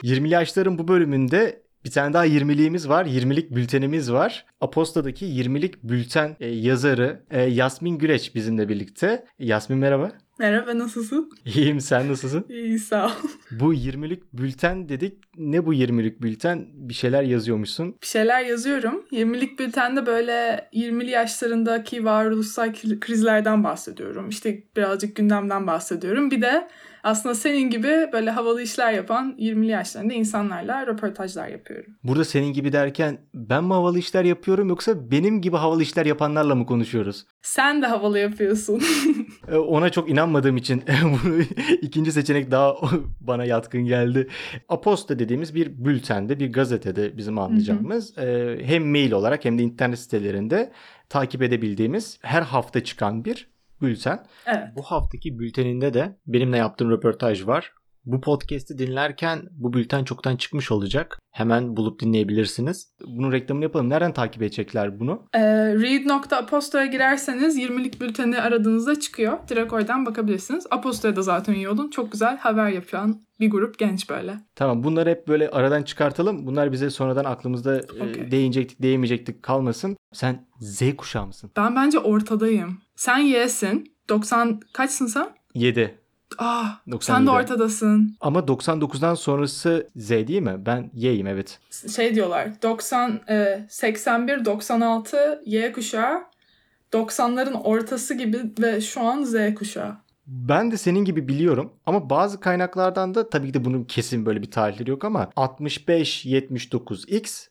20'li yaşların bu bölümünde bir tane daha 20'liğimiz var. 20'lik bültenimiz var. Aposta'daki 20'lik bülten yazarı Yasmin Güleç bizimle birlikte. Yasmin merhaba. Merhaba, nasılsın? İyiyim, sen nasılsın? İyi, sağ ol. Bu 20'lik bülten dedik. Ne bu 20'lik bülten? Bir şeyler yazıyormuşsun. Bir şeyler yazıyorum. 20'lik bültende böyle 20'li yaşlarındaki varoluşsal krizlerden bahsediyorum. İşte birazcık gündemden bahsediyorum. Bir de aslında senin gibi böyle havalı işler yapan 20'li yaşlarında insanlarla röportajlar yapıyorum. Burada senin gibi derken ben mi havalı işler yapıyorum yoksa benim gibi havalı işler yapanlarla mı konuşuyoruz? Sen de havalı yapıyorsun. Ona çok inanmadığım için bunu ikinci seçenek daha bana yatkın geldi. Aposta dediğimiz bir bültende, bir gazetede bizim anlayacağımız hem mail olarak hem de internet sitelerinde takip edebildiğimiz her hafta çıkan bir bülten. Evet. Bu haftaki bülteninde de benimle yaptığım röportaj var. Bu podcast'i dinlerken bu bülten çoktan çıkmış olacak. Hemen bulup dinleyebilirsiniz. Bunun reklamını yapalım. Nereden takip edecekler bunu? Read.aposta'ya girerseniz 20'lik bülteni aradığınızda çıkıyor. Direkt oradan bakabilirsiniz. Aposta'ya da zaten üye olun. Çok güzel haber yapan bir grup genç böyle. Tamam, bunları hep böyle aradan çıkartalım. Bunlar bize sonradan aklımızda değinecektik, değinmeyecektik kalmasın. Sen Z kuşağı mısın? Ben bence ortadayım. Sen Y'sin. 90 kaçsın sen? 7. Sen de ortadasın. Ama 99'dan sonrası Z değil mi? Ben Y'yim, evet. Şey diyorlar 81, 96 Y kuşağı, 90'ların ortası gibi ve şu an Z kuşağı. Ben de senin gibi biliyorum ama bazı kaynaklardan da tabii ki de bunun kesin böyle bir tarihleri yok ama 65-79X,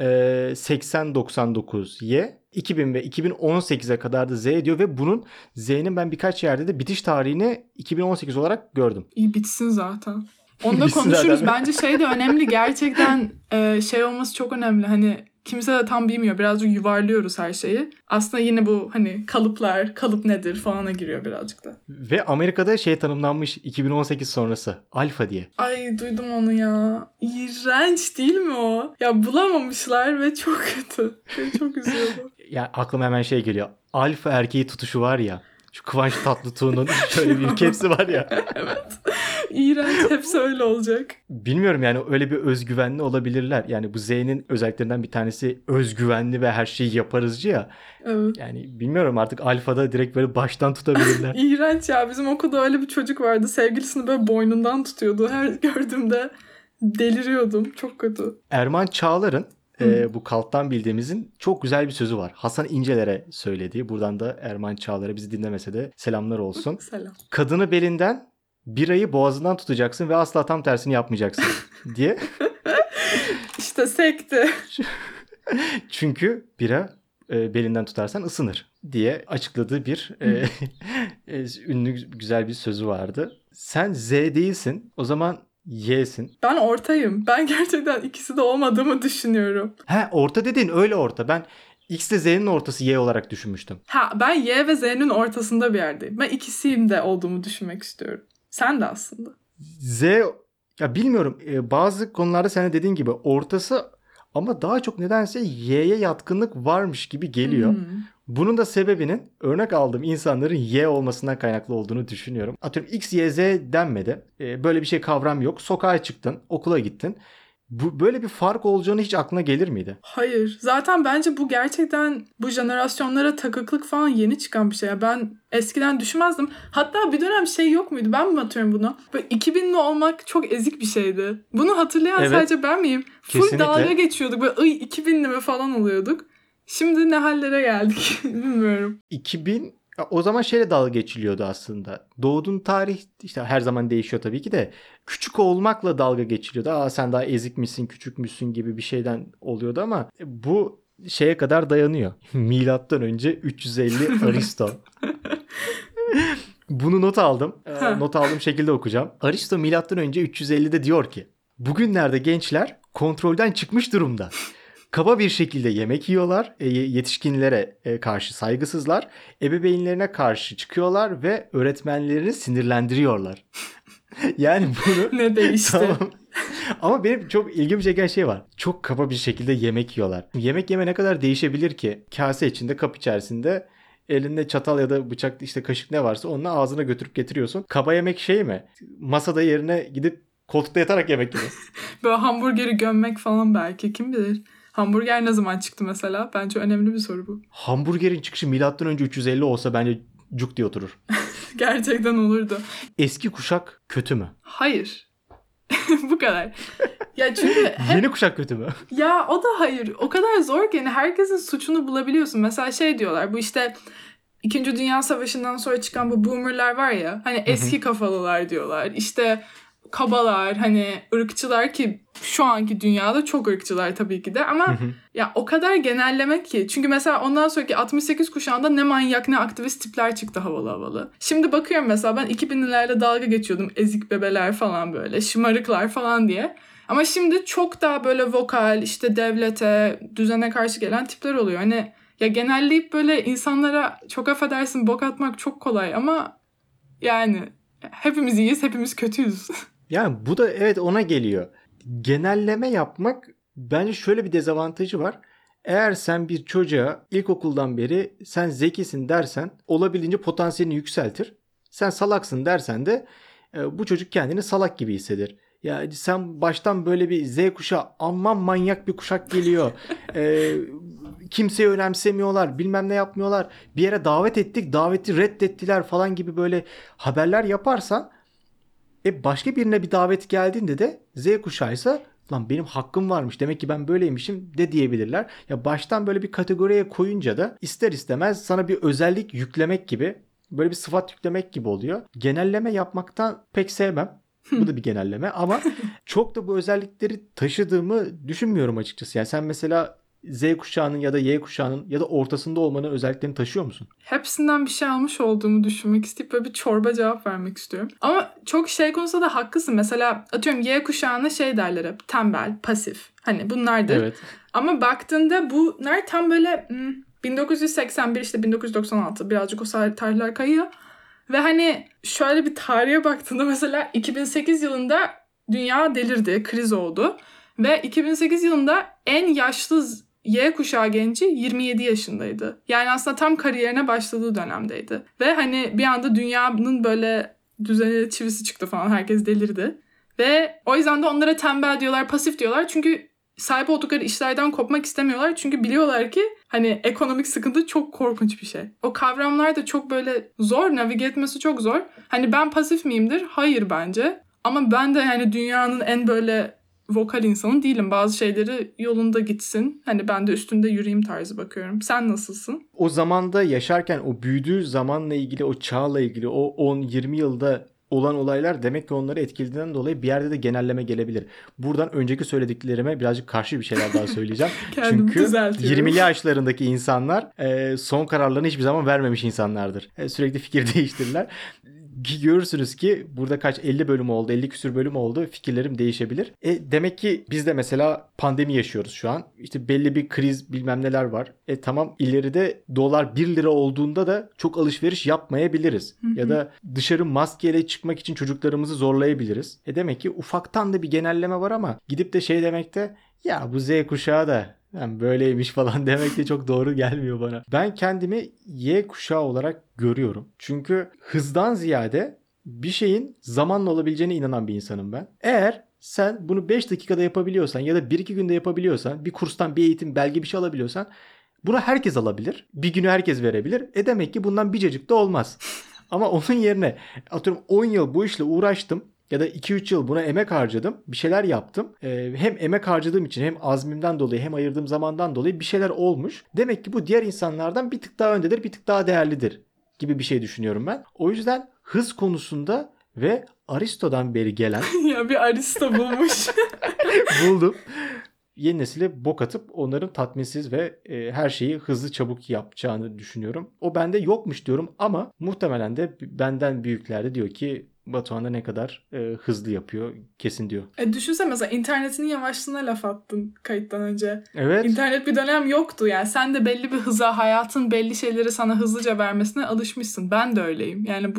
80-99Y, 2000 ve 2018'e kadar da Z diyor ve bunun Z'nin ben birkaç yerde de bitiş tarihini 2018 olarak gördüm. İyi bitsin zaten. Onu da konuşuruz. Bence şey de önemli. Gerçekten şey olması çok önemli. Hani kimse de tam bilmiyor. Birazcık yuvarlıyoruz her şeyi. Aslında yine bu hani kalıplar, kalıp nedir falana giriyor birazcık da. Ve Amerika'da şey tanımlanmış 2018 sonrası. Alfa diye. Ay duydum onu ya. İğrenç değil mi o? Ya bulamamışlar ve çok kötü. Çok üzüyordu. Ya aklıma hemen şey geliyor. Alfa erkeği tutuşu var ya. Şu Kıvanç Tatlıtuğ'un şöyle bir hepsi var ya. Evet. İğrenç, hepsi öyle olacak. Bilmiyorum yani öyle bir özgüvenli olabilirler. Yani bu Z'nin özelliklerinden bir tanesi özgüvenli ve her şeyi yaparızcı ya. Evet. Yani bilmiyorum artık alfada direkt böyle baştan tutabilirler. İğrenç ya. Bizim okulda öyle bir çocuk vardı. Sevgilisini böyle boynundan tutuyordu. Her gördüğümde deliriyordum. Çok kötü. Erman Çağlar'ın bu Kalt'tan bildiğimizin çok güzel bir sözü var. Hasan İnceler'e söylediği. Buradan da Erman Çağlar'a bizi dinlemese de selamlar olsun. Selam. Kadını belinden, birayı boğazından tutacaksın ve asla tam tersini yapmayacaksın diye. İşte sekti. Çünkü bira belinden tutarsan ısınır diye açıkladığı bir ünlü güzel bir sözü vardı. Sen Z değilsin. O zaman Y'sin. Ben ortayım. Ben gerçekten ikisi de olmadığımı düşünüyorum. Orta dediğin öyle orta. Ben X ile Z'nin ortası Y olarak düşünmüştüm. Ben Y ve Z'nin ortasında bir yerdeyim. Ben ikisiyim de olduğumu düşünmek istiyorum. Sen de aslında. Z ya bilmiyorum. Bazı konularda senin dediğin gibi ortası ama daha çok nedense Y'ye yatkınlık varmış gibi geliyor. Bunun da sebebinin örnek aldığım insanların Y olmasından kaynaklı olduğunu düşünüyorum. Atıyorum X, Y, Z denmedi. Böyle bir şey kavram yok. Sokağa çıktın, okula gittin. Böyle bir fark olacağını hiç aklına gelir miydi? Hayır. Zaten bence bu gerçekten bu jenerasyonlara takıklık falan yeni çıkan bir şey. Ben eskiden düşünmezdim. Hatta bir dönem şey yok muydu? Ben mi atıyorum bunu? Böyle 2000'li olmak çok ezik bir şeydi. Bunu hatırlayan sadece ben miyim? Kesinlikle. Full dalga geçiyorduk. Böyle 2000'li mi falan oluyorduk. Şimdi ne hallere geldik bilmiyorum. 2000 o zaman şeyle dalga geçiliyordu aslında. Doğduğun tarih işte her zaman değişiyor tabii ki de. Küçük olmakla dalga geçiliyordu. Sen daha ezik misin, küçük müsün gibi bir şeyden oluyordu ama bu şeye kadar dayanıyor. Milattan önce 350 Aristo. Bunu not aldım. Not aldığım şekilde okuyacağım. Aristo milattan önce 350'de diyor ki: bugünlerde gençler kontrolden çıkmış durumda. Kaba bir şekilde yemek yiyorlar, yetişkinlere karşı saygısızlar, ebeveynlerine karşı çıkıyorlar ve öğretmenlerini sinirlendiriyorlar. Yani bunu... Ne değişti? Tamam. Ama benim çok ilgimi çeken şey var. Çok kaba bir şekilde yemek yiyorlar. Yemek yeme ne kadar değişebilir ki? Kase içinde, kap içerisinde elinde çatal ya da bıçak işte kaşık ne varsa onunla ağzına götürüp getiriyorsun. Kaba yemek şey mi? Masada yerine gidip Koltukta yatarak yemek gibi. Böyle hamburgeri gömmek falan belki. Kim bilir? Hamburger ne zaman çıktı mesela? Bence önemli bir soru bu. Hamburgerin çıkışı milattan önce 350 olsa bence cuk diye oturur. Gerçekten olurdu. Eski kuşak kötü mü? Hayır. Bu kadar. Ya çünkü Yeni kuşak kötü mü? Ya o da hayır. O kadar zor ki yani herkesin suçunu bulabiliyorsun. Mesela şey diyorlar, bu işte İkinci Dünya Savaşı'ndan sonra çıkan bu boomerlar var ya, hani eski kafalılar diyorlar. İşte kabalar, hani ırkçılar, ki şu anki dünyada çok ırkçılar tabii ki de, ama ya o kadar genellemek ki. Çünkü mesela ondan sonraki 68 kuşağında ne manyak ne aktivist tipler çıktı havalı havalı. Şimdi bakıyorum mesela, ben 2000'lerde dalga geçiyordum, ezik bebeler falan, böyle şımarıklar falan diye. Ama şimdi çok daha böyle vokal, işte devlete, düzene karşı gelen tipler oluyor. Hani ya genelleyip böyle insanlara, çok affedersin, bok atmak çok kolay ama yani hepimiz iyiyiz, hepimiz kötüyüz. Yani bu da evet ona geliyor. Genelleme yapmak bence şöyle bir dezavantajı var. Eğer sen bir çocuğa ilkokuldan beri sen zekisin dersen olabildiğince potansiyelini yükseltir. Sen salaksın dersen de bu çocuk kendini salak gibi hisseder. Yani sen baştan böyle bir Z kuşağı, aman manyak bir kuşak geliyor. Kimseyi önemsemiyorlar, bilmem ne yapmıyorlar. Bir yere davet ettik, daveti reddettiler falan gibi böyle haberler yaparsan, başka birine bir davet geldiğinde de Z kuşağıysa lan benim hakkım varmış, demek ki ben böyleymişim de diyebilirler. Ya baştan böyle bir kategoriye koyunca da ister istemez sana bir özellik yüklemek gibi, böyle bir sıfat yüklemek gibi oluyor. Genelleme yapmaktan pek sevmem. Bu da bir genelleme ama çok da bu özellikleri taşıdığımı düşünmüyorum açıkçası. Yani sen mesela Z kuşağının ya da Y kuşağının ya da ortasında olmanın özelliklerini taşıyor musun? Hepsinden bir şey almış olduğumu düşünmek isteyip böyle bir çorba cevap vermek istiyorum. Ama çok şey konusunda da haklısın. Mesela atıyorum Y kuşağına şey derler hep, tembel, pasif. Hani bunlardır. Evet. Ama baktığında bunlar tam böyle 1981 işte 1996, birazcık o tarihler kayıyor. Ve hani şöyle bir tarihe baktığında mesela 2008 yılında dünya delirdi, kriz oldu. Ve 2008 yılında en yaşlı Y kuşağı genci 27 yaşındaydı. Yani aslında tam kariyerine başladığı dönemdeydi. Ve hani bir anda dünyanın böyle düzeni çivisi çıktı falan, herkes delirdi. Ve o yüzden de onlara tembel diyorlar, pasif diyorlar. Çünkü sahip oldukları işlerden kopmak istemiyorlar. Çünkü biliyorlar ki hani ekonomik sıkıntı çok korkunç bir şey. O kavramlar da çok böyle zor, navige etmesi çok zor. Hani ben pasif miyimdir? Hayır bence. Ama ben de yani dünyanın en böyle vokal insanı değilim. Bazı şeyleri yolunda gitsin, hani ben de üstünde yürüyeyim tarzı bakıyorum. Sen nasılsın? O zamanda yaşarken o büyüdüğü zamanla ilgili, o çağla ilgili, o 10-20 yılda olan olaylar demek ki onları etkilediğinden dolayı bir yerde de genelleme gelebilir. Buradan önceki söylediklerime birazcık karşı bir şeyler daha söyleyeceğim. Çünkü 20'li yaşlarındaki insanlar son kararlarını hiçbir zaman vermemiş insanlardır. Sürekli fikir değiştirirler. Görürsünüz ki burada kaç 50 bölüm oldu, 50 küsür bölüm oldu, fikirlerim değişebilir. Demek ki biz de mesela pandemi yaşıyoruz şu an. İşte belli bir kriz, bilmem neler var. Tamam, ileride dolar 1 lira olduğunda da çok alışveriş yapmayabiliriz. Ya da dışarı maskeyle çıkmak için çocuklarımızı zorlayabiliriz. Demek ki ufaktan da bir genelleme var ama gidip de şey demekte, ya bu Z kuşağı da yani böyleymiş falan demek de çok doğru gelmiyor bana. Ben kendimi Y kuşağı olarak görüyorum. Çünkü hızdan ziyade bir şeyin zamanla olabileceğine inanan bir insanım ben. Eğer sen bunu 5 dakikada yapabiliyorsan ya da 1-2 günde yapabiliyorsan, bir kurstan bir eğitim, belge bir şey alabiliyorsan, bunu herkes alabilir. Bir günü herkes verebilir. Demek ki bundan bir cacık da olmaz. Ama onun yerine atıyorum 10 yıl bu işle uğraştım ya da 2-3 yıl buna emek harcadım. Bir şeyler yaptım. Hem emek harcadığım için, hem azmimden dolayı, hem ayırdığım zamandan dolayı bir şeyler olmuş. Demek ki bu diğer insanlardan bir tık daha öndedir, bir tık daha değerlidir gibi bir şey düşünüyorum ben. O yüzden hız konusunda ve Aristo'dan beri gelen ya bir Aristo bulmuş. buldum. Yeni nesile bok atıp onların tatminsiz ve her şeyi hızlı çabuk yapacağını düşünüyorum. O bende yokmuş diyorum ama muhtemelen de benden büyükler de diyor ki Batuhan'da ne kadar hızlı yapıyor kesin diyor. Düşünsene mesela internetinin yavaşlığına laf attın kayıttan önce. Evet. İnternet bir dönem yoktu yani, sen de belli bir hıza, hayatın belli şeyleri sana hızlıca vermesine alışmışsın. Ben de öyleyim. Yani bu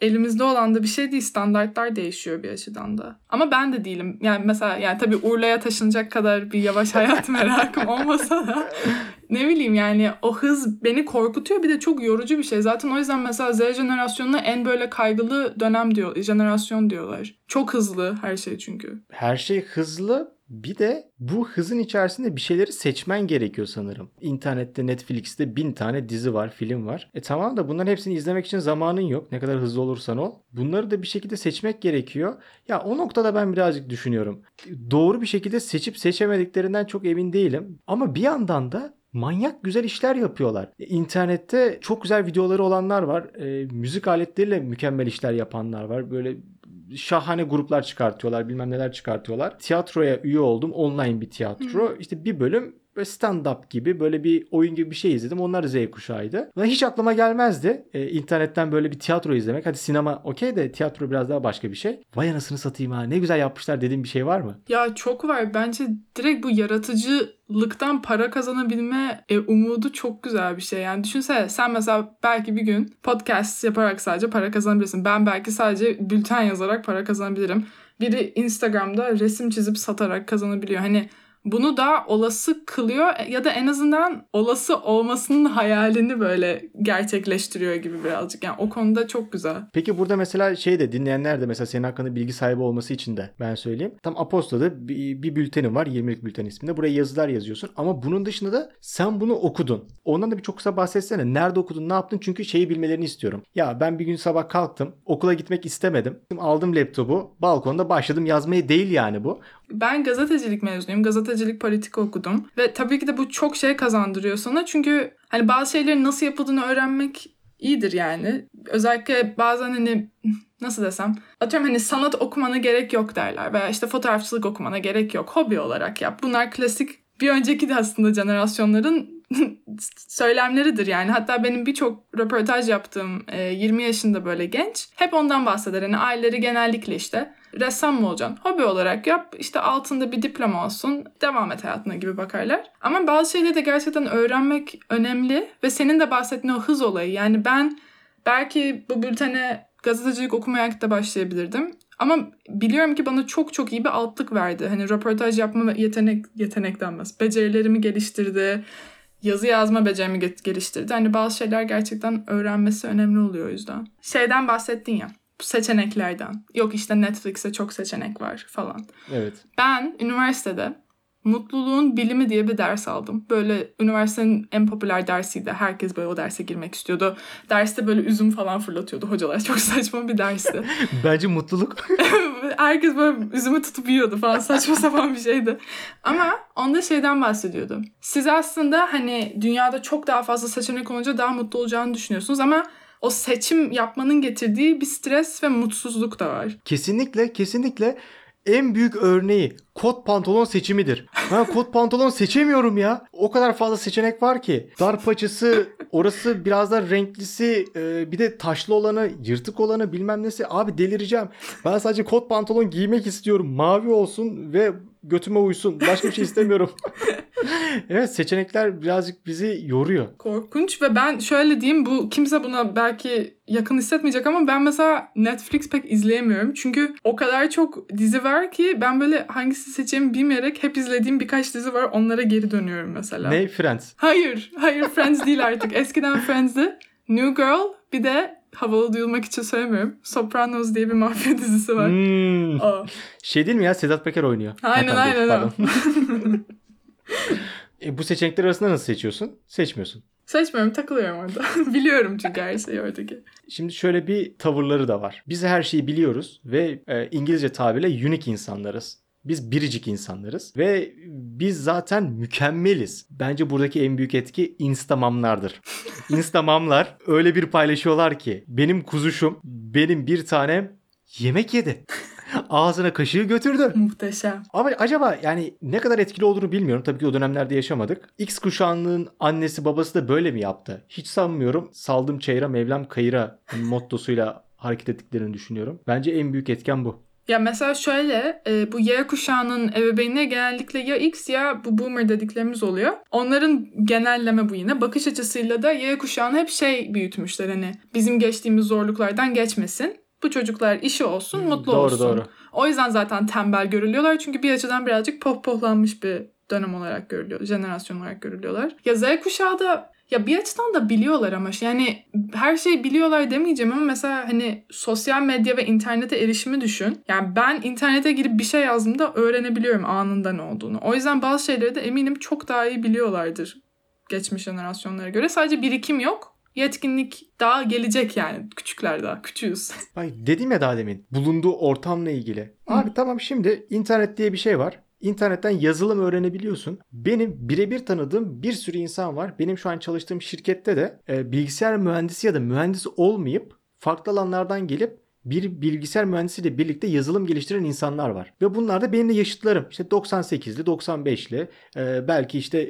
elimizde olan da bir şey değil. Standartlar değişiyor bir açıdan da. Ama ben de değilim. Yani mesela yani tabii Urla'ya taşınacak kadar bir yavaş hayat merakım olmasa da ne bileyim yani o hız beni korkutuyor. Bir de çok yorucu bir şey. Zaten o yüzden mesela Z jenerasyonuna en böyle kaygılı dönem jenerasyon diyorlar. Çok hızlı her şey çünkü. Her şey hızlı. Bir de bu hızın içerisinde bir şeyleri seçmen gerekiyor sanırım. İnternette, Netflix'te 1000 tane dizi var, film var. Tamam da bunların hepsini izlemek için zamanın yok. Ne kadar hızlı olursan ol. Bunları da bir şekilde seçmek gerekiyor. Ya o noktada ben birazcık düşünüyorum. Doğru bir şekilde seçip seçemediklerinden çok emin değilim. Ama bir yandan da manyak güzel işler yapıyorlar. İnternette çok güzel videoları olanlar var. Müzik aletleriyle mükemmel işler yapanlar var. Böyle şahane gruplar çıkartıyorlar, bilmem neler çıkartıyorlar. Tiyatroya üye oldum. Online bir tiyatro. İşte bir bölüm böyle stand-up gibi, böyle bir oyun gibi bir şey izledim. Onlar Z kuşağıydı. Ve hiç aklıma gelmezdi internetten böyle bir tiyatro izlemek. Hadi sinema okey de tiyatro biraz daha başka bir şey. Vay anasını satayım ha, ne güzel yapmışlar dediğin bir şey var mı? Ya çok var. Bence direkt bu yaratıcılıktan para kazanabilme umudu çok güzel bir şey. Yani düşünsene sen mesela belki bir gün podcast yaparak sadece para kazanabilirsin. Ben belki sadece bülten yazarak para kazanabilirim. Biri Instagram'da resim çizip satarak kazanabiliyor. Hani bunu daha olası kılıyor ya da en azından olası olmasının hayalini böyle gerçekleştiriyor gibi birazcık. Yani o konuda çok güzel. Peki burada mesela dinleyenler de mesela senin hakkında bilgi sahibi olması için de ben söyleyeyim. Tam Aposta'da bir bültenim var. 20'lik bülten isminde. Buraya yazılar yazıyorsun. Ama bunun dışında da sen bunu okudun. Ondan da bir çok kısa bahsetsene. Nerede okudun, ne yaptın? Çünkü şeyi bilmelerini istiyorum. Ya ben bir gün sabah kalktım. Okula gitmek istemedim. Aldım laptopu. Balkonda başladım yazmaya, değil yani bu. Ben gazetecilik mezunuyum. Gazetecilik politika okudum. Ve tabii ki de bu çok şey kazandırıyor sana. Çünkü hani bazı şeylerin nasıl yapıldığını öğrenmek iyidir yani. Özellikle bazen hani nasıl desem, atıyorum hani sanat okumana gerek yok derler. Veya işte fotoğrafçılık okumana gerek yok. Hobi olarak yap. Bunlar klasik bir önceki de aslında jenerasyonların söylemleridir yani. Hatta benim birçok röportaj yaptığım 20 yaşında böyle genç hep ondan bahseder. Hani aileleri genellikle işte ressam mı olacaksın? Hobi olarak yap. İşte altında bir diploma olsun. Devam et hayatına gibi bakarlar. Ama bazı şeyleri de gerçekten öğrenmek önemli. Ve senin de bahsettiğin o hız olayı. Yani ben belki bu bültene gazetecilik okumaya da başlayabilirdim. Ama biliyorum ki bana çok çok iyi bir altlık verdi. Hani röportaj yapma yetenek denmez. Becerilerimi geliştirdi. Yazı yazma becerimi geliştirdi. Hani bazı şeyler gerçekten öğrenmesi önemli oluyor o yüzden. Şeyden bahsettin ya. Seçeneklerden. Yok işte Netflix'te çok seçenek var falan. Evet. Ben üniversitede mutluluğun bilimi diye bir ders aldım. Böyle üniversitenin en popüler dersiydi. Herkes böyle o derse girmek istiyordu. Derste böyle üzüm falan fırlatıyordu hocalar. Çok saçma bir dersti. Bence mutluluk. Herkes böyle üzümü tutup yiyordu falan. Saçma sapan bir şeydi. Ama onda şeyden bahsediyordu. Siz aslında hani dünyada çok daha fazla seçenek olunca daha mutlu olacağını düşünüyorsunuz ama o seçim yapmanın getirdiği bir stres ve mutsuzluk da var. Kesinlikle en büyük örneği kot pantolon seçimidir. Ben kot pantolon seçemiyorum ya. O kadar fazla seçenek var ki. Dar paçası, orası biraz da renklisi, bir de taşlı olanı, yırtık olanı, bilmem nesi. Abi delireceğim. Ben sadece kot pantolon giymek istiyorum. Mavi olsun ve götüme uysun. Başka bir şey istemiyorum. Evet, seçenekler birazcık bizi yoruyor. Korkunç ve ben şöyle diyeyim, bu kimse buna belki yakın hissetmeyecek ama ben mesela Netflix pek izleyemiyorum. Çünkü o kadar çok dizi var ki ben böyle hangisini seçeceğimi bilmeyerek hep izlediğim birkaç dizi var, onlara geri dönüyorum mesela. Ne? Friends? Hayır Friends değil artık. Eskiden Friends'di. New Girl, bir de havalı duyulmak için söylemiyorum, Sopranos diye bir mafya dizisi var. O. Şey değil mi ya, Sedat Peker oynuyor. Aynen. Bu seçenekler arasında nasıl seçiyorsun? Seçmiyorsun. Seçmiyorum, takılıyorum orada. Biliyorum çünkü her şeyi oradaki. Şimdi şöyle bir tavırları da var. Biz her şeyi biliyoruz ve İngilizce tabirle unique insanlarız. Biz biricik insanlarız ve biz zaten mükemmeliz. Bence buradaki en büyük etki Instamamlardır. Instamamlar öyle bir paylaşıyorlar ki benim kuzuşum benim bir tane yemek yedi. Ağzına kaşığı götürdü. Muhteşem. Ama acaba yani ne kadar etkili olduğunu bilmiyorum. Tabii ki o dönemlerde yaşamadık. X kuşağının annesi babası da böyle mi yaptı? Hiç sanmıyorum. Saldım çayıra Mevlam kayıra mottosuyla hareket ettiklerini düşünüyorum. Bence en büyük etken bu. Ya mesela şöyle bu Y kuşağının ebeveynleri genellikle ya X ya bu boomer dediklerimiz oluyor. Onların genelleme bu yine. Bakış açısıyla da Y kuşağını hep büyütmüşler hani bizim geçtiğimiz zorluklardan geçmesin. Bu çocuklar işi olsun, mutlu doğru, olsun. Doğru. O yüzden zaten tembel görülüyorlar. Çünkü bir açıdan birazcık pohpohlanmış bir dönem olarak görülüyor. Jenerasyon olarak görülüyorlar. Ya Z kuşağı da ya bir açıdan da biliyorlar ama yani her şeyi biliyorlar demeyeceğim ama mesela hani sosyal medya ve internete erişimi düşün. Yani ben internete girip bir şey yazdığımda öğrenebiliyorum anında ne olduğunu. O yüzden bazı şeyleri de eminim çok daha iyi biliyorlardır geçmiş jenerasyonlara göre. Sadece birikim yok. Yetkinlik daha gelecek yani. Küçükler daha. Küçüğüz. Ay, dedim ya daha demin. Bulunduğu ortamla ilgili. Abi tamam, şimdi internet diye bir şey var. İnternetten yazılım öğrenebiliyorsun. Benim birebir tanıdığım bir sürü insan var. Benim şu an çalıştığım şirkette de bilgisayar mühendisi ya da mühendis olmayıp farklı alanlardan gelip bir bilgisayar mühendisiyle birlikte yazılım geliştiren insanlar var. Ve bunlar da benimle yaşıtlarım. İşte 98'li, 95'li, belki işte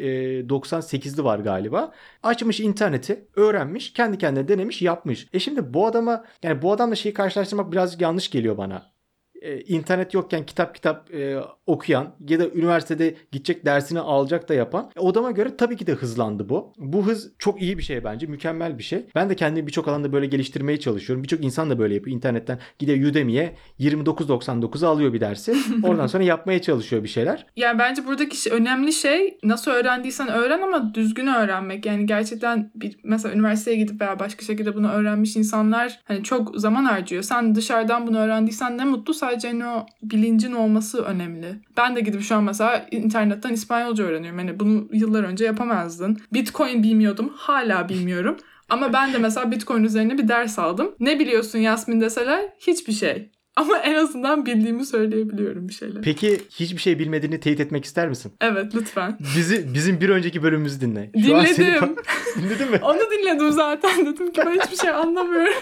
98'li var galiba. Açmış interneti, öğrenmiş, kendi kendine denemiş, yapmış. Şimdi bu adamla şeyi karşılaştırmak birazcık yanlış geliyor bana. İnternet yokken kitap okuyan ya da üniversitede gidecek dersini alacak da yapan odama göre tabii ki de hızlandı bu. Bu hız çok iyi bir şey bence. Mükemmel bir şey. Ben de kendimi birçok alanda böyle geliştirmeye çalışıyorum. Birçok insan da böyle yapıyor. İnternetten gidiyor Udemy'ye 29.99'a alıyor bir dersi. Oradan sonra yapmaya çalışıyor bir şeyler. Yani bence buradaki önemli şey nasıl öğrendiysen öğren ama düzgün öğrenmek. Yani gerçekten mesela üniversiteye gidip veya başka şekilde bunu öğrenmiş insanlar hani çok zaman harcıyor. Sen dışarıdan bunu öğrendiysen ne mutlu. Sadece hani o bilincin olması önemli. Ben de gidip şu an mesela internetten İspanyolca öğreniyorum. Hani bunu yıllar önce yapamazdın. Bitcoin bilmiyordum. Hala bilmiyorum. Ama ben de mesela Bitcoin üzerine bir ders aldım. Ne biliyorsun Yasmin deseler? Hiçbir şey. Ama en azından bildiğimi söyleyebiliyorum bir şeyler. Peki hiçbir şey bilmediğini teyit etmek ister misin? Evet, lütfen. Bizim bir önceki bölümümüzü dinle. Dinledim. Dinledin mi? Onu dinledim zaten. Dedim ki ben hiçbir şey anlamıyorum.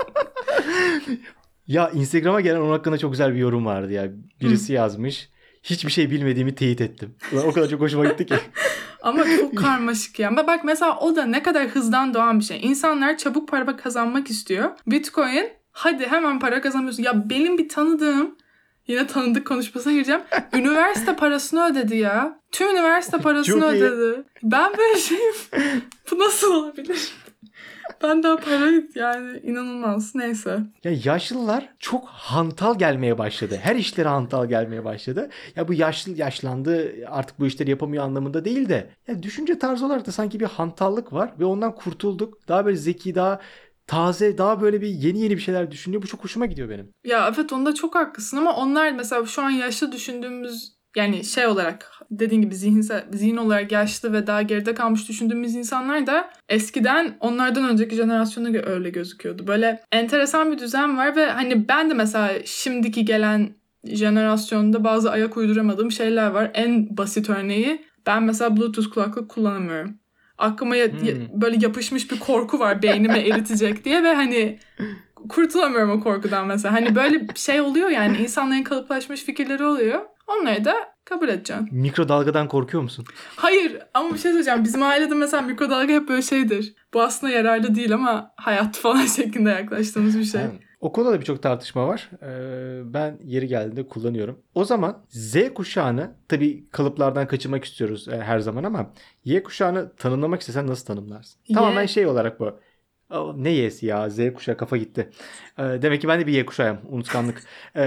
Ya Instagram'a gelen onun hakkında çok güzel bir yorum vardı ya. Birisi yazmış. Hiçbir şey bilmediğimi teyit ettim. Ulan o kadar çok hoşuma gitti ki. Ama çok karmaşık ya. Bak mesela o da ne kadar hızdan doğan bir şey. İnsanlar çabuk para kazanmak istiyor. Bitcoin hadi hemen para kazanıyorsun. Ya benim bir tanıdığım, yine tanıdık konuşmasına gireceğim. Üniversite parasını ödedi ya. Tüm üniversite parasını ödedi. Ben böyle şeyim. Bu nasıl olabilir? Ben daha para yani inanılmaz. Neyse. Ya yaşlılar çok hantal gelmeye başladı. Her işleri hantal gelmeye başladı. Ya bu yaşlandı artık bu işleri yapamıyor anlamında değil de. Ya düşünce tarzı olarak da sanki bir hantallık var ve ondan kurtulduk. Daha böyle zeki, daha taze, daha böyle bir yeni bir şeyler düşünüyor. Bu çok hoşuma gidiyor benim. Ya evet, onda çok haklısın ama onlar mesela şu an yaşlı düşündüğümüz yani şey olarak dediğin gibi zihin olarak yaşlı ve daha geride kalmış düşündüğümüz insanlar da eskiden onlardan önceki jenerasyona öyle gözüküyordu. Böyle enteresan bir düzen var ve hani ben de mesela şimdiki gelen jenerasyonda bazı ayak uyduramadığım şeyler var. En basit örneği ben mesela Bluetooth kulaklık kullanamıyorum. Aklıma böyle yapışmış bir korku var beynime eritecek diye ve hani kurtulamıyorum o korkudan mesela. Hani böyle şey oluyor yani insanların kalıplaşmış fikirleri oluyor. Onları da kabul edeceğim. Mikrodalgadan korkuyor musun? Hayır ama bir şey söyleyeceğim. Bizim ailede mesela mikrodalga hep böyle şeydir. Bu aslında yararlı değil ama hayat falan şeklinde yaklaştığımız bir şey. Yani, o konuda da birçok tartışma var. Ben yeri geldiğinde kullanıyorum. O zaman Z kuşağını tabii kalıplardan kaçırmak istiyoruz her zaman ama Y kuşağını tanımlamak istesen nasıl tanımlarsın? Tamamen şey olarak bu. Ne Y'si ya? Z kuşağı kafa gitti. Demek ki ben de bir Y kuşağıyım. Unutkanlık.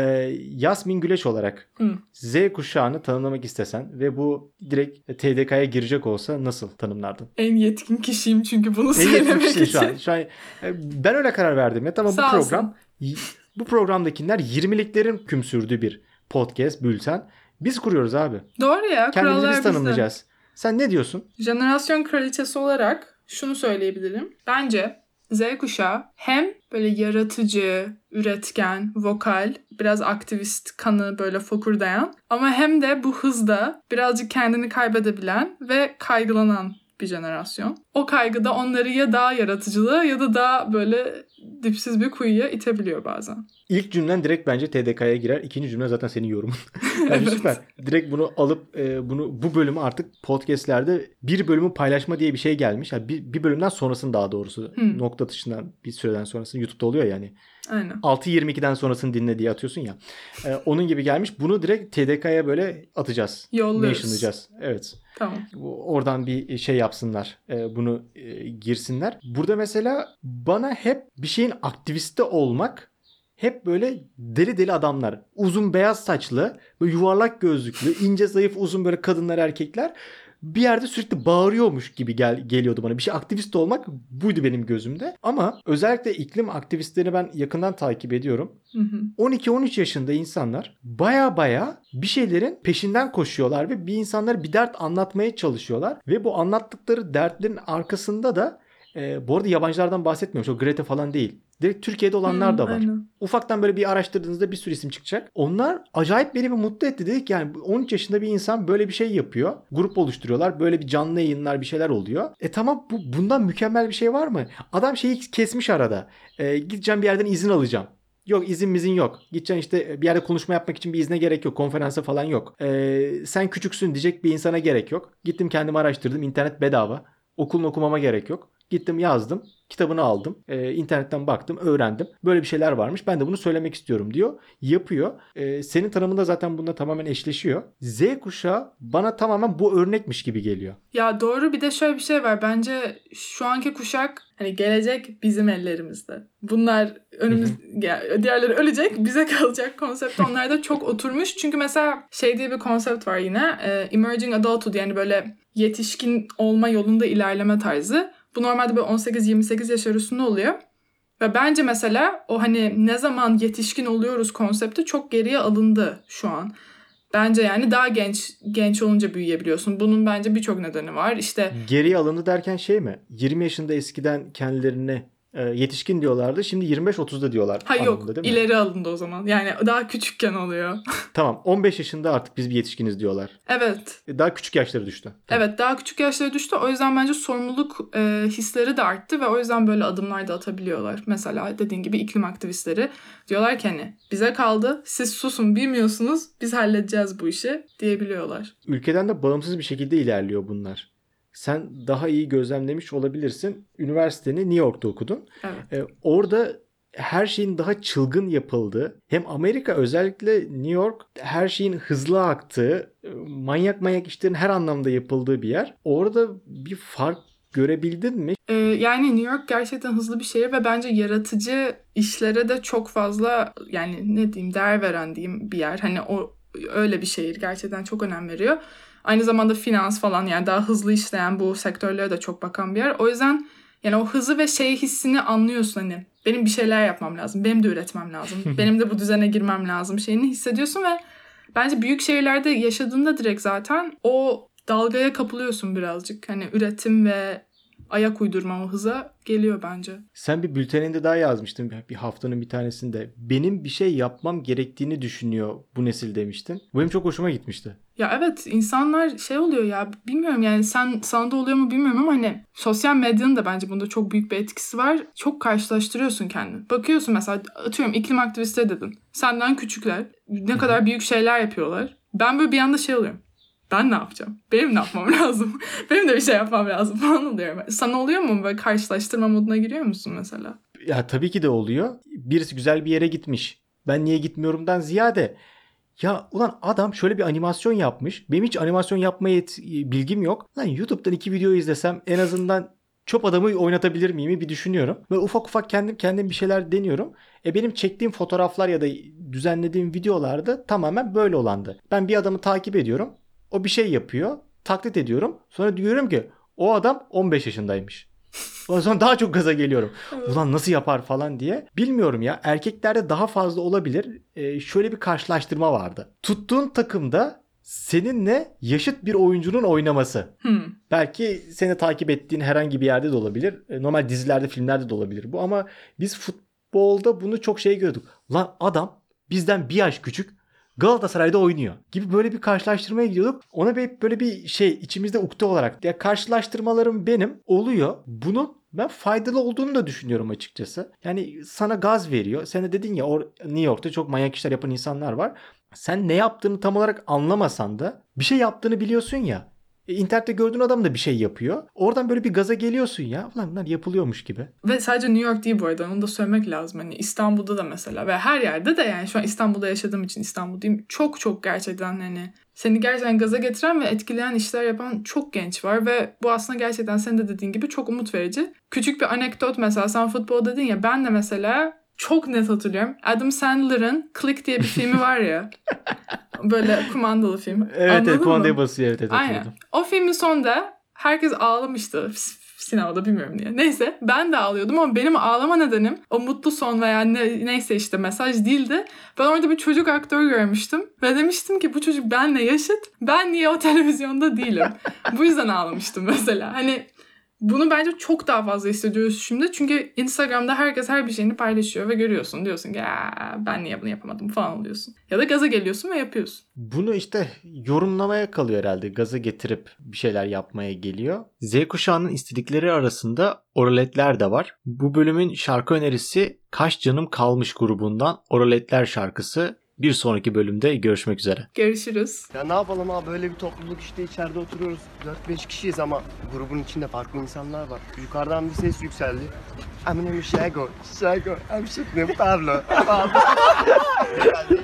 Yasmin Güleç olarak Z kuşağını tanımlamak istesen ve bu direkt TDK'ya girecek olsa nasıl tanımlardın? En yetkin kişiyim çünkü bunu söylemek için. Şu an ben öyle karar verdim. Ya tamam, bu programdakiler 20'liklerin hüküm sürdüğü bir podcast, bülten. Biz kuruyoruz abi. Doğru ya. Kendimizi biz tanımlayacağız. Bizde. Sen ne diyorsun? Jenerasyon kraliçesi olarak şunu söyleyebilirim. Bence Z kuşağı hem böyle yaratıcı, üretken, vokal, biraz aktivist kanı böyle fokurdayan ama hem de bu hızda birazcık kendini kaybedebilen ve kaygılanan bir jenerasyon. O kaygı da onları ya daha yaratıcılığa ya da daha böyle dipsiz bir kuyuya itebiliyor bazen. İlk cümlen direkt bence TDK'ya girer. İkinci cümle zaten senin yorumun. Yani Evet. süper. Direkt bunu alıp bu bölümü artık podcastlerde bir bölümü paylaşma diye bir şey gelmiş. Yani bir bölümden sonrasını daha doğrusu nokta atışından bir süreden sonrasını YouTube'da oluyor yani. Aynen. 6.22'den sonrasını dinle diye atıyorsun ya. Onun gibi gelmiş. Bunu direkt TDK'ya böyle atacağız. Yolluyoruz. Mentionlayacağız. Evet. Tamam. Oradan bir şey yapsınlar. Bunu girsinler. Burada mesela bana hep bir şeyin aktivisti olmak hep böyle deli deli adamlar. Uzun beyaz saçlı, böyle yuvarlak gözlüklü, ince zayıf uzun böyle kadınlar erkekler bir yerde sürekli bağırıyormuş gibi geliyordu bana. Bir şey aktivist olmak buydu benim gözümde. Ama özellikle iklim aktivistlerini ben yakından takip ediyorum. 12-13 yaşında insanlar baya bir şeylerin peşinden koşuyorlar ve bir insanlara bir dert anlatmaya çalışıyorlar. Ve bu anlattıkları dertlerin arkasında da bu arada yabancılardan bahsetmiyorum. O Greta falan değil. Direkt Türkiye'de olanlar da var. Aynen. Ufaktan böyle bir araştırdığınızda bir sürü isim çıkacak. Onlar acayip beni bir mutlu etti. Dedik yani 13 yaşında bir insan böyle bir şey yapıyor. Grup oluşturuyorlar. Böyle bir canlı yayınlar bir şeyler oluyor. Tamam bundan mükemmel bir şey var mı? Adam şeyi kesmiş arada. Gideceğim bir yerden izin alacağım. Yok izin yok. Gideceksin işte bir yerde konuşma yapmak için bir izne gerek yok. Konferansa falan yok. Sen küçüksün diyecek bir insana gerek yok. Gittim kendim araştırdım. İnternet bedava. Okulunu okumama gerek yok. Gittim yazdım. Kitabını aldım. İnternetten baktım. Öğrendim. Böyle bir şeyler varmış. Ben de bunu söylemek istiyorum diyor. Yapıyor. Senin tanımında zaten bununla tamamen eşleşiyor. Z kuşağı bana tamamen bu örnekmiş gibi geliyor. Ya doğru, bir de şöyle bir şey var. Bence şu anki kuşak, hani gelecek bizim ellerimizde. Bunlar diğerleri ölecek, bize kalacak konsepti onlarda çok oturmuş. Çünkü mesela şey diye bir konsept var yine. Emerging adulthood, yani böyle yetişkin olma yolunda ilerleme tarzı. Bu normalde böyle 18-28 yaş arasında oluyor. Ve bence mesela o hani ne zaman yetişkin oluyoruz konsepti çok geriye alındı şu an. Bence yani daha genç olunca büyüyebiliyorsun. Bunun bence birçok nedeni var. İşte geriye alındı derken şey mi? 20 yaşında eskiden kendilerine yetişkin diyorlardı. Şimdi 25-30'da diyorlar. Ha yok, değil mi? ileri alındı o zaman. Yani daha küçükken oluyor. Tamam, 15 yaşında artık biz bir yetişkiniz diyorlar. Evet. Daha küçük yaşları düştü. Tamam. Evet, daha küçük yaşlara düştü. O yüzden bence sorumluluk hisleri de arttı ve o yüzden böyle adımlar da atabiliyorlar. Mesela dediğin gibi iklim aktivistleri diyorlar ki hani bize kaldı, siz susun, bilmiyorsunuz, biz halledeceğiz bu işi diyebiliyorlar. Ülkeden de bağımsız bir şekilde ilerliyor bunlar. Sen daha iyi gözlemlemiş olabilirsin. Üniversiteni New York'ta okudun. Evet. Orada her şeyin daha çılgın yapıldığı, hem Amerika özellikle New York her şeyin hızlı aktığı, manyak işlerin her anlamda yapıldığı bir yer. Orada bir fark görebildin mi? Yani New York gerçekten hızlı bir şehir ve bence yaratıcı işlere de çok fazla, yani ne diyeyim, değer veren diyeyim bir yer. Hani o öyle bir şehir, gerçekten çok önem veriyor. Aynı zamanda finans falan, yani daha hızlı işleyen bu sektörlere de çok bakan bir yer. O yüzden yani o hızı ve şey hissini anlıyorsun, hani benim bir şeyler yapmam lazım, benim de üretmem lazım, benim de bu düzene girmem lazım şeyini hissediyorsun ve bence büyük şehirlerde yaşadığında direkt zaten o dalgaya kapılıyorsun birazcık. Hani üretim ve ayak uydurma o hıza geliyor bence. Sen bir bülteninde daha yazmıştın bir haftanın bir tanesinde. Benim bir şey yapmam gerektiğini düşünüyor bu nesil demiştin. Bu benim çok hoşuma gitmişti. Ya evet, insanlar şey oluyor ya, bilmiyorum yani sana da oluyor mu bilmiyorum ama hani sosyal medyanın da bence bunda çok büyük bir etkisi var. Çok karşılaştırıyorsun kendini. Bakıyorsun mesela, atıyorum iklim aktivistleri dedin. Senden küçükler. Ne kadar büyük şeyler yapıyorlar. Ben böyle bir anda şey oluyorum. Ben ne yapacağım? Benim ne yapmam lazım? Benim de bir şey yapmam lazım falan oluyorum. Sana oluyor mu? Böyle karşılaştırma moduna giriyor musun mesela? Ya tabii ki de oluyor. Birisi güzel bir yere gitmiş. Ben niye gitmiyorumdan ziyade ya ulan adam şöyle bir animasyon yapmış. Benim hiç animasyon yapmaya bilgim yok. Lan YouTube'dan 2 video izlesem en azından çöp adamı oynatabilir miyim bir düşünüyorum. Ve ufak kendim bir şeyler deniyorum. Benim çektiğim fotoğraflar ya da düzenlediğim videolarda tamamen böyle olandı. Ben bir adamı takip ediyorum. O bir şey yapıyor. Taklit ediyorum. Sonra diyorum ki o adam 15 yaşındaymış. O zaman daha çok gaza geliyorum. Ulan nasıl yapar falan diye. Bilmiyorum ya. Erkeklerde daha fazla olabilir. Şöyle bir karşılaştırma vardı. Tuttuğun takımda seninle yaşıt bir oyuncunun oynaması. Belki seni takip ettiğin herhangi bir yerde de olabilir. Normal dizilerde, filmlerde de olabilir bu. Ama biz futbolda bunu çok şey gördük. Lan adam bizden bir yaş küçük. Galatasaray'da oynuyor gibi böyle bir karşılaştırmaya gidiyorduk. Ona böyle bir şey içimizde ukde olarak ya karşılaştırmalarım benim oluyor. Bunun ben faydalı olduğunu da düşünüyorum açıkçası. Yani sana gaz veriyor. Sen de dedin ya New York'ta çok manyak işler yapan insanlar var. Sen ne yaptığını tam olarak anlamasan da bir şey yaptığını biliyorsun ya. İnternette gördüğün adam da bir şey yapıyor. Oradan böyle bir gaza geliyorsun ya. Ulan bunlar yapılıyormuş gibi. Ve sadece New York değil bu arada. Onu da söylemek lazım. Hani İstanbul'da da mesela ve her yerde de yani şu an İstanbul'da yaşadığım için İstanbul'dayım. Çok çok gerçekten hani seni gerçekten gaza getiren ve etkileyen işler yapan çok genç var ve bu aslında gerçekten senin de dediğin gibi çok umut verici. Küçük bir anekdot mesela sen futbol dedin ya ben de mesela çok net hatırlıyorum. Adam Sandler'ın Click diye bir filmi var ya. Böyle kumandalı film. Evet, kumandaya basıyor. Evet, Aynen. hatırladım. O filmin sonunda herkes ağlamıştı. Sinemada bilmiyorum niye. Neyse ben de ağlıyordum ama benim ağlama nedenim o mutlu son veya neyse işte mesaj değildi. Ben orada bir çocuk aktör görmüştüm ve demiştim ki bu çocuk benle yaşıt. Ben niye o televizyonda değilim? Bu yüzden ağlamıştım mesela. Hani bunu bence çok daha fazla hissediyoruz şimdi. Çünkü Instagram'da herkes her bir şeyini paylaşıyor ve görüyorsun. Diyorsun ki ben niye bunu yapamadım falan oluyorsun. Ya da gaza geliyorsun ve yapıyorsun. Bunu işte yorumlamaya kalıyor herhalde. Gaza getirip bir şeyler yapmaya geliyor. Z kuşağının istedikleri arasında Oraletler de var. Bu bölümün şarkı önerisi Kaç Canım Kalmış grubundan Oraletler şarkısı. Bir sonraki bölümde görüşmek üzere. Görüşürüz. Ya ne yapalım abi böyle bir topluluk işte içeride oturuyoruz. 4-5 kişiyiz ama grubun içinde farklı insanlar var. Yukarıdan bir ses yükseldi. I'm Shago, I'm Pablo.